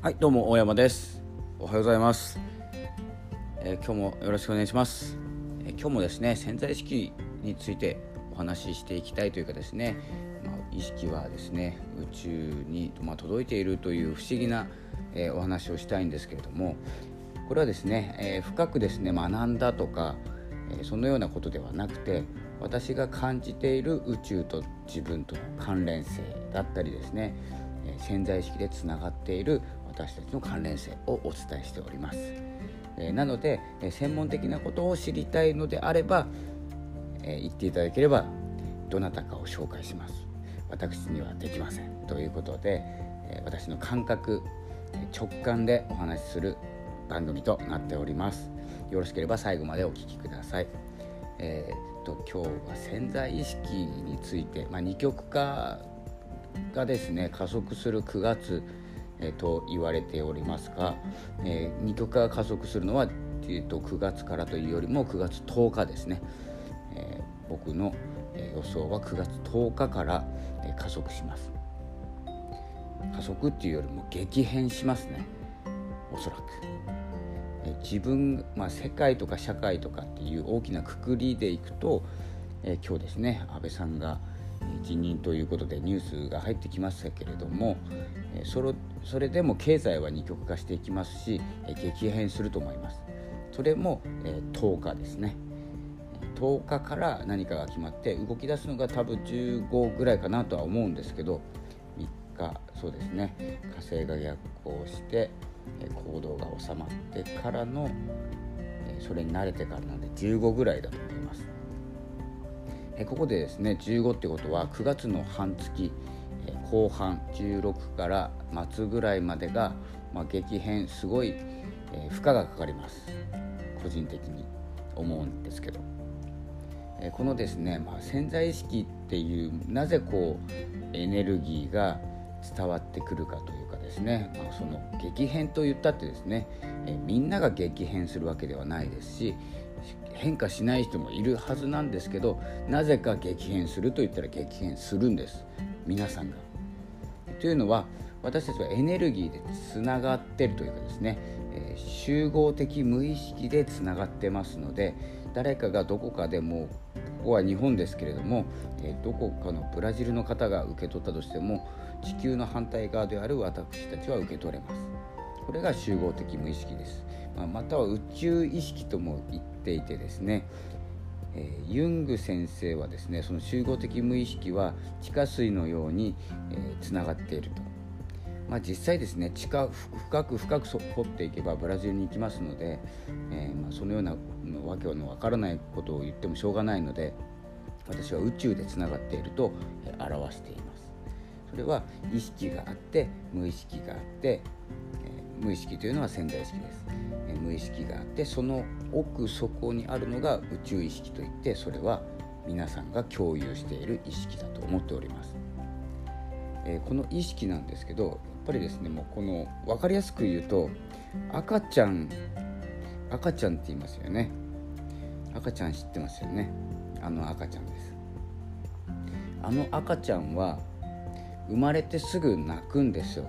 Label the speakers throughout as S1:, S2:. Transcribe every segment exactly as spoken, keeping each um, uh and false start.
S1: はい、どうも大山です。おはようございます。えー、今日もよろしくお願いします。えー、今日もですね、潜在意識についてお話ししていきたいというかですね、まあ、意識はですね、宇宙に、まあ、届いているという不思議な、えー、お話をしたいんですけれども、これはですね、えー、深くですね学んだとか、えー、そのようなことではなくて、私が感じている宇宙と自分との関連性だったりですね、えー、潜在意識でつながっている私たちの関連性をお伝えしております。えー、なので、えー、専門的なことを知りたいのであれば、えー、言っていただければどなたかを紹介します。私にはできませんということで、えー、私の感覚、直感でお話しする番組となっております。よろしければ最後までお聞きください。えー、っと今日は潜在意識について、まあ、二極化がですね加速するくがつ、えー、と言われておりますが、えー、二極化が加速するのは、えー、とくがつからというよりもくがつとおかですね。えー、僕の予想はくがつとおかから、えー、加速します。加速っていうよりも激変しますね、おそらく。自分、まあ、世界とか社会とかっていう大きなくくりでいくと、えー、今日ですね安倍さんが辞任ということでニュースが入ってきましたけれども、えー、それ、それでも経済は二極化していきますし、えー、激変すると思います。それも、えー、とおかですね。とおかから何かが決まって動き出すのが多分じゅうごぐらいかなとは思うんですけど、みっかそうですね火星が逆行して行動が収まってからの、それに慣れてからなんでじゅうごぐらいだと思います。ここでですねじゅうごってことはくがつの半月後半じゅうろくから末ぐらいまでが、まあ、激変すごい負荷がかかります。個人的に思うんですけど、このですね、まあ、潜在意識っていうなぜこうエネルギーが伝わってくるかというかですね、まあ、その激変と言ったってですね、えみんなが激変するわけではないですし、変化しない人もいるはずなんですけど、なぜか激変すると言ったら激変するんです、皆さんが。というのは私たちはエネルギーでつながっているというかですね、えー、集合的無意識でつながってますので、誰かがどこかでも、ここは日本ですけれども、えー、どこかのブラジルの方が受け取ったとしても、地球の反対側である私たちは受け取れます。これが集合的無意識です。まあ、または宇宙意識とも言っていてですね、えー、ユング先生はですね、その集合的無意識は地下水のように、えー、つながっていると。まあ、実際ですね、地下深く深く掘っていけばブラジルに行きますので、えーまあ、そのようなわけのわからないことを言ってもしょうがないので、私は宇宙でつながっていると表しています。それは意識があって無意識があって、えー、無意識というのは潜在意識です。えー、無意識があって、その奥底にあるのが宇宙意識といって、それは皆さんが共有している意識だと思っております。えー、この意識なんですけど、やっぱりですね、もうこの分かりやすく言うと、赤ちゃん赤ちゃんって言いますよね。赤ちゃん知ってますよね。あの赤ちゃんです。あの赤ちゃんは生まれてすぐ泣くんですよ。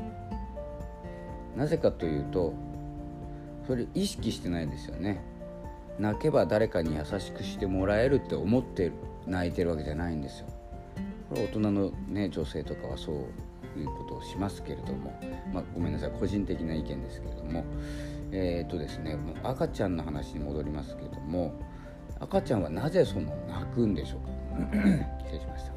S1: なぜかというと、それ意識してないですよね。泣けば誰かに優しくしてもらえるって思って泣いてるわけじゃないんですよ。これ大人の、ね、女性とかはそういうことをしますけれども、まあ、ごめんなさい、個人的な意見ですけれども、えー、っとですね、もう赤ちゃんの話に戻りますけれども、赤ちゃんはなぜその泣くんでしょうか。失礼しました。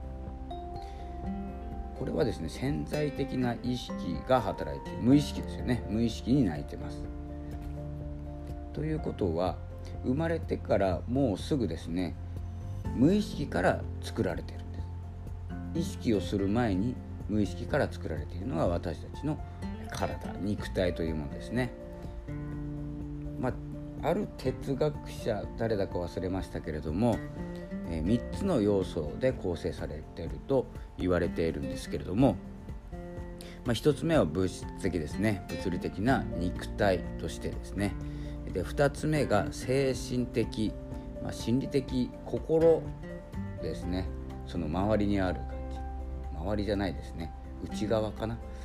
S1: これはですね、潜在的な意識が働いている、無意識ですよね。無意識に泣いてます。ということは、生まれてからもうすぐですね、無意識から作られているんです。意識をする前に無意識から作られているのが私たちの体、肉体というものですね。まあ、ある哲学者、誰だか忘れましたけれども、えー、みっつの要素で構成されていると言われているんですけれども、まあ、ひとつめは物質的ですね、物理的な肉体としてですね。で、ふたつめが精神的、まあ、心理的、心ですね。その周りにある感じ、周りじゃないですね、内側かな、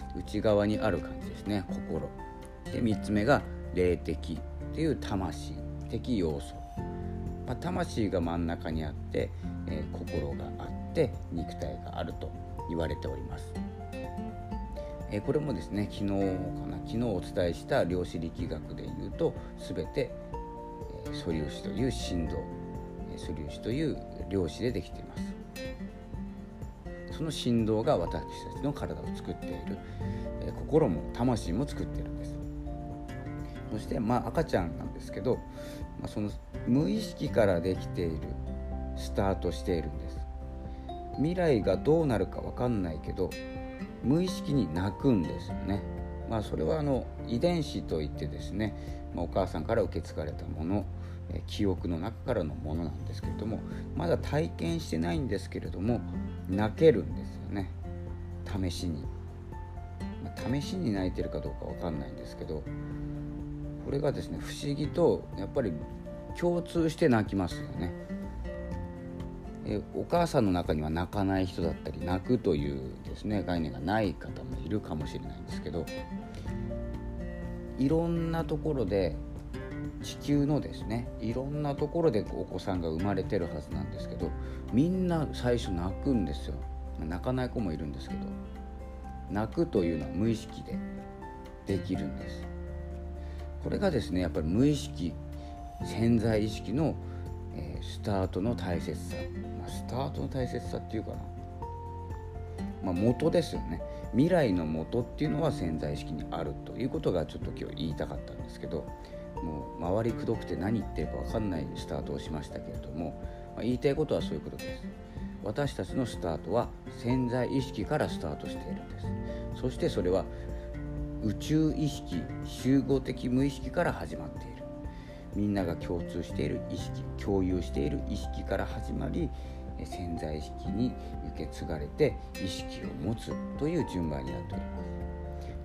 S1: 内側にある感じですね、心で、みっつめが霊的っていう魂的要素、まあ、魂が真ん中にあって、えー、心があって肉体があると言われております。えー、これもですね、昨日かな昨日お伝えした量子力学でいうと、すべて、えー、素粒子という振動、えー、素粒子という量子でできています。その振動が私たちの体を作っている、えー、心も魂も作っているんです。そして、まあ、赤ちゃんなんですけど、まあ、その無意識からできている、スタートしているんです。未来がどうなるか分かんないけど無意識に泣くんですよね。まあ、それはあの遺伝子といってですね、まあ、お母さんから受け継がれたもの、え記憶の中からのものなんですけれども、まだ体験してないんですけれども泣けるんですよね、試しに、まあ、試しに泣いてるかどうか分かんないんですけど、これがですね、不思議とやっぱり共通して泣きますよね。えお母さんの中には泣かない人だったり、泣くというですね概念がない方もいるかもしれないんですけど、いろんなところで、地球のですねいろんなところでお子さんが生まれてるはずなんですけど、みんな最初泣くんですよ。泣かない子もいるんですけど、泣くというのは無意識でできるんです。これがですね、やっぱり無意識、潜在意識の、えー、スタートの大切さ、まあ、スタートの大切さっていうかな、まあ、元ですよね。未来の元っていうのは潜在意識にあるということがちょっと今日言いたかったんですけど、もう周りくどくて何言ってるか分かんないスタートをしましたけれども、まあ、言いたいことはそういうことです。私たちのスタートは潜在意識からスタートしているんです。そしてそれは宇宙意識、集合的無意識から始まっている。みんなが共通している意識、共有している意識から始まり、潜在意識に受け継がれて意識を持つという順番になっております。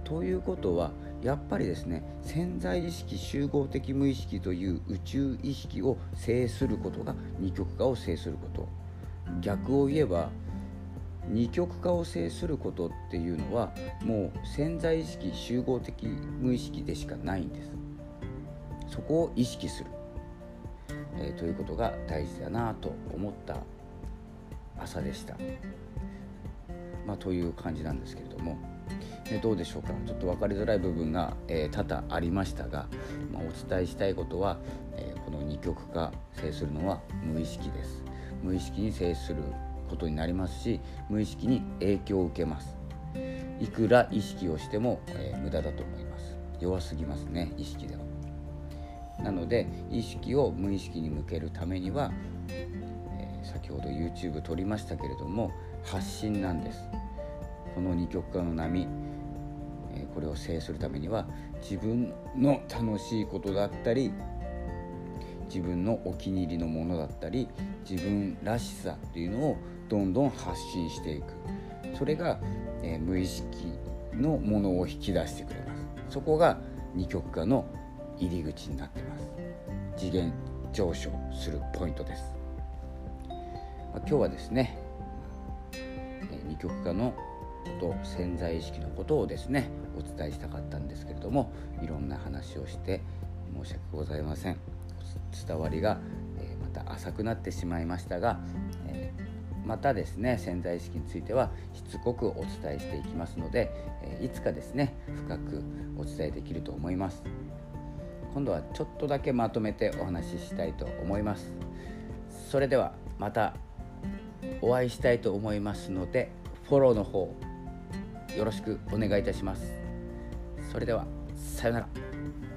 S1: ということはやっぱりですね、潜在意識、集合的無意識という宇宙意識を制することが二極化を制すること。逆を言えば二極化を制することっていうのはもう潜在意識、集合的無意識でしかないんです。そこを意識する、えー、ということが大事だなと思った朝でした。まあ、という感じなんですけれども、えー、どうでしょうか。ちょっと分かりづらい部分が、えー、多々ありましたが、まあ、お伝えしたいことは、えー、この二極化制するのは無意識です。無意識に制することになりますし、無意識に影響を受けます。いくら意識をしても、えー、無駄だと思います。弱すぎますね、意識では。なので意識を無意識に向けるためには、えー、先ほど YouTube 撮りましたけれども、発信なんです。この二極化の波、えー、これを制するためには自分の楽しいことだったり、自分のお気に入りのものだったり、自分らしさというのをどんどん発信していく。それが、えー、無意識のものを引き出してくれます。そこが二極化の入り口になっています。次元上昇するポイントです。まあ、今日はですね、えー、二極化のこと、潜在意識のことをですねお伝えしたかったんですけれども、いろんな話をして申し訳ございません。伝わりが、えー、また浅くなってしまいましたが、えー、またですね潜在意識についてはしつこくお伝えしていきますので、えー、いつかですね深くお伝えできると思います。今度はちょっとだけまとめてお話ししたいと思います。それではまたお会いしたいと思いますので、フォローの方よろしくお願いいたします。それではさよなら。